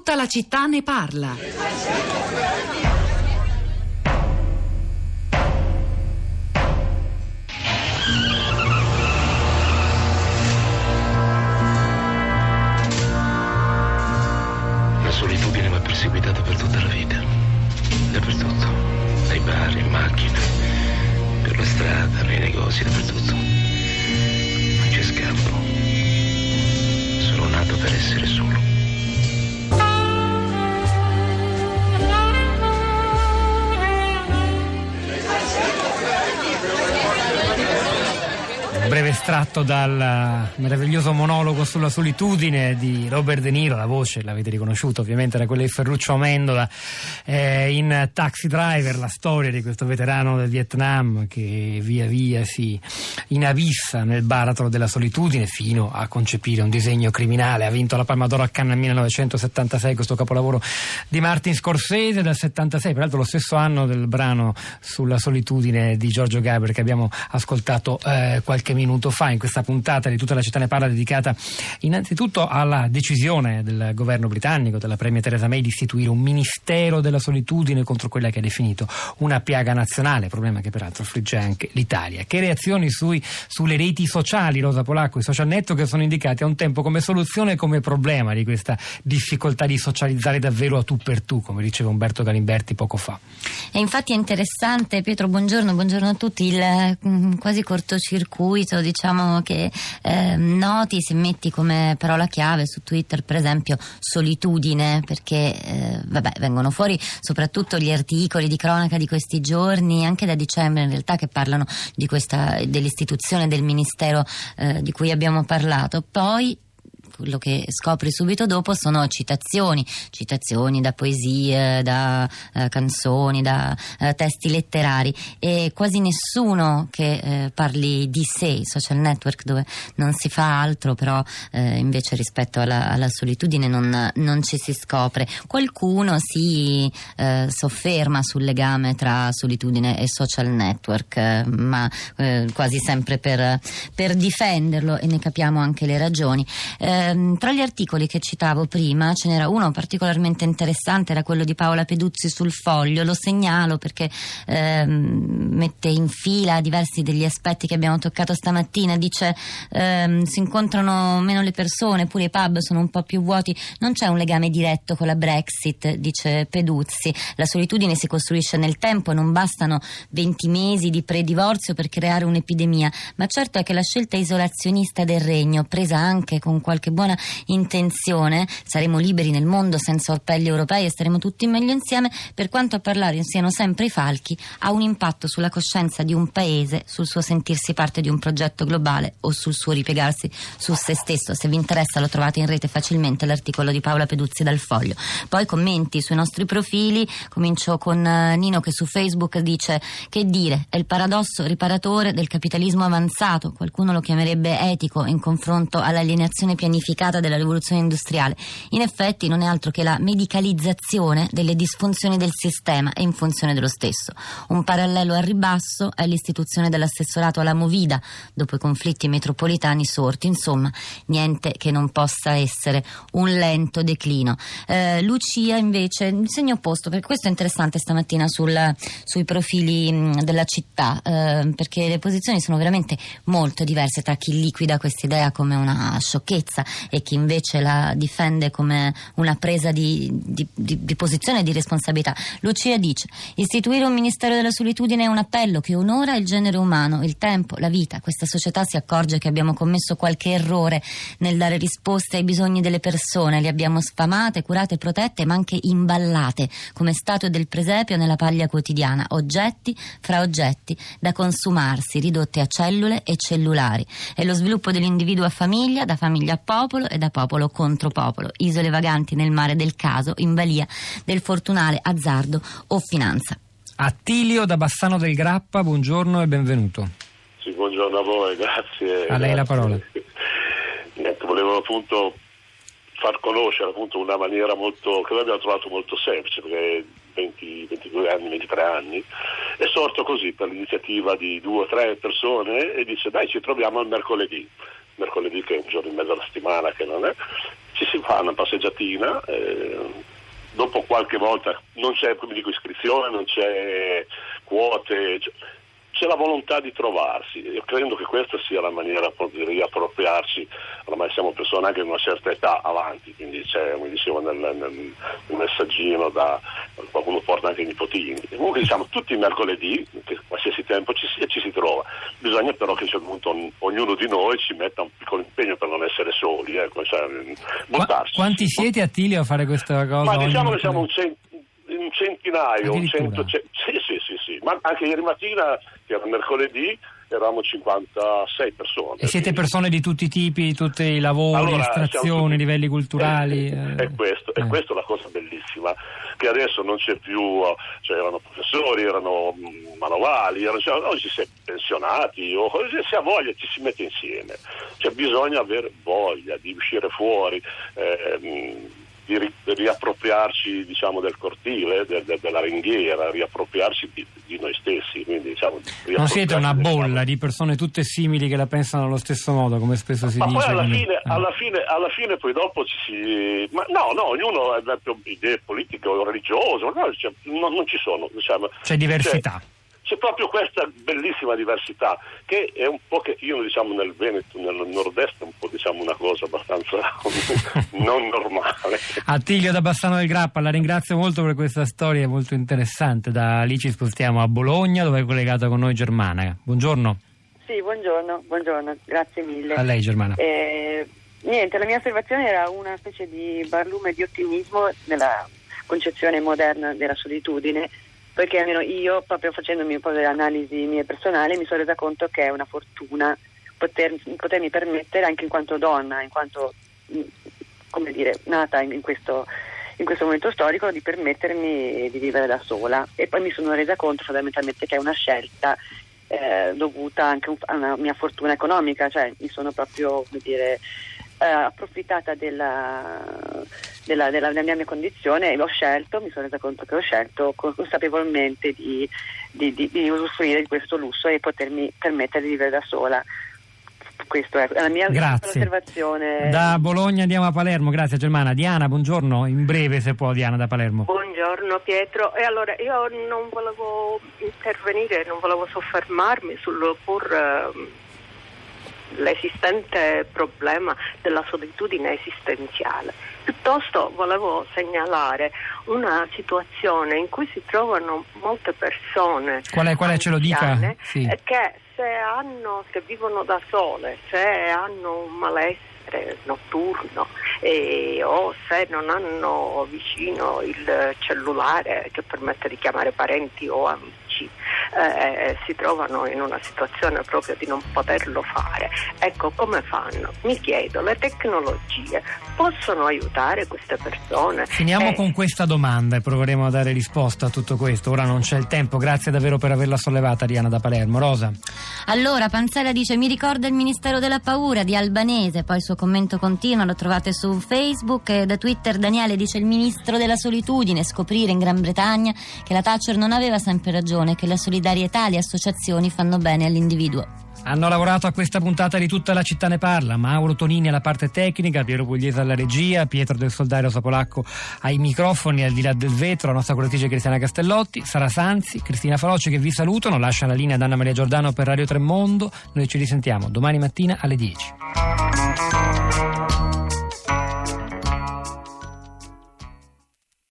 Tutta la città ne parla. La solitudine mi ha perseguitato per tutta la vita. Dappertutto. Nei bar, in macchina, per la strada, nei negozi, dappertutto. Non c'è scampo. Sono nato per essere solo. Breve estratto dal meraviglioso monologo sulla solitudine di Robert De Niro. La voce l'avete riconosciuta, ovviamente era quella di Ferruccio Amendola in Taxi Driver, la storia di questo veterano del Vietnam che via via si inabissa nel baratro della solitudine fino a concepire un disegno criminale. Ha vinto la Palma d'Oro a Cannes nel 1976, questo capolavoro di Martin Scorsese del 76, peraltro lo stesso anno del brano sulla solitudine di Giorgio Gaber che abbiamo ascoltato qualche minuto fa. In questa puntata di Tutta la città ne parla, dedicata innanzitutto alla decisione del governo britannico, della premier Theresa May, di istituire un ministero della solitudine contro quella che ha definito una piaga nazionale, problema che peraltro affligge anche l'Italia. Che reazioni sulle reti sociali, Rosa Polacco, i social network, che sono indicati a un tempo come soluzione e come problema di questa difficoltà di socializzare davvero a tu per tu, come diceva Umberto Galimberti poco fa. E infatti è interessante, Pietro, buongiorno a tutti, il quasi cortocircuito, diciamo, che noti se metti come parola chiave su Twitter, per esempio, solitudine, perché vengono fuori soprattutto gli articoli di cronaca di questi giorni, anche da dicembre in realtà, che parlano di dell'istituzione del ministero di cui abbiamo parlato. Poi quello che scopri subito dopo sono citazioni da poesie, da canzoni, da testi letterari, e quasi nessuno che parli di sé. I social network, dove non si fa altro, però invece rispetto alla solitudine non ci si scopre. Qualcuno si sofferma sul legame tra solitudine e social network, ma quasi sempre per difenderlo, e ne capiamo anche le ragioni. Tra gli articoli che citavo prima ce n'era uno particolarmente interessante, era quello di Paola Peduzzi sul Foglio. Lo segnalo perché mette in fila diversi degli aspetti che abbiamo toccato stamattina. Dice si incontrano meno le persone, pure i pub sono un po' più vuoti, non c'è un legame diretto con la Brexit, dice Peduzzi. La solitudine si costruisce nel tempo, non bastano 20 mesi di predivorzio per creare un'epidemia, ma certo è che la scelta isolazionista del regno, presa anche con qualche buona intenzione, saremo liberi nel mondo senza orpelli europei e staremo tutti meglio insieme, per quanto a parlare siano sempre i falchi, ha un impatto sulla coscienza di un paese, sul suo sentirsi parte di un progetto globale o sul suo ripiegarsi su se stesso. Se vi interessa lo trovate in rete facilmente, l'articolo di Paola Peduzzi dal Foglio. Poi commenti sui nostri profili. Comincio con Nino, che su Facebook dice: che dire, è il paradosso riparatore del capitalismo avanzato, qualcuno lo chiamerebbe etico in confronto all'alienazione pianificata della rivoluzione industriale. In effetti non è altro che la medicalizzazione delle disfunzioni del sistema e in funzione dello stesso. Un parallelo al ribasso è l'istituzione dell'assessorato alla Movida dopo i conflitti metropolitani sorti. Insomma, niente che non possa essere un lento declino. Lucia invece il segno opposto, perché questo è interessante stamattina sui profili della città, perché le posizioni sono veramente molto diverse tra chi liquida questa idea come una sciocchezza e chi invece la difende come una presa di posizione e di responsabilità. Lucia dice: istituire un ministero della solitudine è un appello che onora il genere umano, il tempo, la vita. Questa società si accorge che abbiamo commesso qualche errore nel dare risposte ai bisogni delle persone, le abbiamo sfamate, curate, protette, ma anche imballate come statue del presepio nella paglia quotidiana, oggetti fra oggetti da consumarsi, ridotti a cellule e cellulari. È lo sviluppo dell'individuo a famiglia, da famiglia a popolo e da popolo contro popolo, isole vaganti nel mare del caso, in balia del fortunale azzardo o finanza. Attilio da Bassano del Grappa, buongiorno e benvenuto. Sì, buongiorno a voi, grazie. A lei la parola. Niente, volevo appunto far conoscere appunto una maniera molto, che noi abbiamo trovato molto semplice, perché 22 anni, 23 anni, è sorto così per l'iniziativa di 2 o 3 persone, e dice: dai, ci troviamo al mercoledì, che è un giorno in mezzo alla settimana, che non è, ci si fa una passeggiatina, dopo qualche volta non c'è, come dico, iscrizione, non c'è quote, c'è la volontà di trovarsi. Io credo che questa sia la maniera proprio di riappropriarci. Ormai siamo persone anche di una certa età avanti, quindi c'è, come dicevo nel messaggino, qualcuno porta anche i nipotini. Comunque diciamo tutti i mercoledì, che qualsiasi tempo ci sia, ci si trova. Bisogna però che a un certo punto ognuno di noi ci metta un piccolo impegno per non essere soli, buttarsi. Quanti siete, Attilio, a fare questa cosa? Ma diciamo che siamo un centinaio, sì. Ma anche ieri mattina, che era mercoledì, eravamo 56 persone. E siete persone di tutti i tipi, tutti i lavori, estrazioni, livelli culturali? È questa la cosa bellissima, che adesso non c'è più, erano professori, erano manovali, oggi si è pensionati, o si ha voglia, ci si mette insieme. Bisogna avere voglia di uscire fuori, di riappropriarci, diciamo, del cortile, della ringhiera, riappropriarci di noi stessi. Quindi, diciamo, non siete una bolla di persone tutte simili che la pensano allo stesso modo, come spesso si dice. Ma poi alla fine poi dopo ma no, ognuno ha idee politiche o religiose, non ci sono, diciamo. C'è diversità. C'è proprio questa bellissima diversità, che è un po' che io, diciamo, nel Veneto, nel nord-est, è un po', diciamo, una cosa abbastanza non normale. Attilio da Bassano del Grappa, la ringrazio molto per questa storia molto interessante. Da lì ci spostiamo a Bologna, dove è collegata con noi Germana. Buongiorno. Sì, buongiorno, grazie mille. A lei, Germana. Niente, la mia osservazione era una specie di barlume di ottimismo nella concezione moderna della solitudine, perché almeno io, proprio facendomi un po' delle analisi mie personali, mi sono resa conto che è una fortuna potermi permettere, anche in quanto donna, in quanto, come dire, nata in questo momento storico, di permettermi di vivere da sola. E poi mi sono resa conto fondamentalmente che è una scelta dovuta anche a una mia fortuna economica, cioè mi sono proprio, come dire, approfittata della mia condizione, e mi sono resa conto che ho scelto consapevolmente di usufruire di questo lusso e potermi permettere di vivere da sola. Questa è la mia osservazione. Da Bologna andiamo a Palermo. Grazie, Germana. Diana, buongiorno, in breve se può, Diana da Palermo. Buongiorno Pietro. E allora io non volevo intervenire, non volevo soffermarmi sul l'esistente problema della solitudine esistenziale. Piuttosto volevo segnalare una situazione in cui si trovano molte persone. Quale ce lo dica? Sì. Che se vivono da sole, se hanno un malessere notturno o se non hanno vicino il cellulare che permette di chiamare parenti o amici, si trovano in una situazione proprio di non poterlo fare. Ecco, come fanno? Mi chiedo, le tecnologie possono aiutare queste persone? Finiamo con questa domanda e proveremo a dare risposta a tutto questo. Ora non c'è il tempo. Grazie davvero per averla sollevata, Diana da Palermo. Rosa. Allora, Panzella dice: mi ricorda il Ministero della Paura di Albanese. Poi il suo commento continua, lo trovate su Facebook. E da Twitter Daniele dice: il Ministro della Solitudine, scoprire in Gran Bretagna che la Thatcher non aveva sempre ragione, che la solidarietà e le associazioni fanno bene all'individuo. Hanno lavorato a questa puntata di Tutta la città ne parla: Mauro Tonini alla parte tecnica, Piero Pugliese alla regia, Pietro del Soldario Sapolacco ai microfoni, al di là del vetro la nostra curatrice Cristiana Castellotti, Sara Sanzi, Cristina Faloci che vi salutano, lascia la linea ad Anna Maria Giordano per Radio Tremondo. Noi ci risentiamo domani mattina alle 10.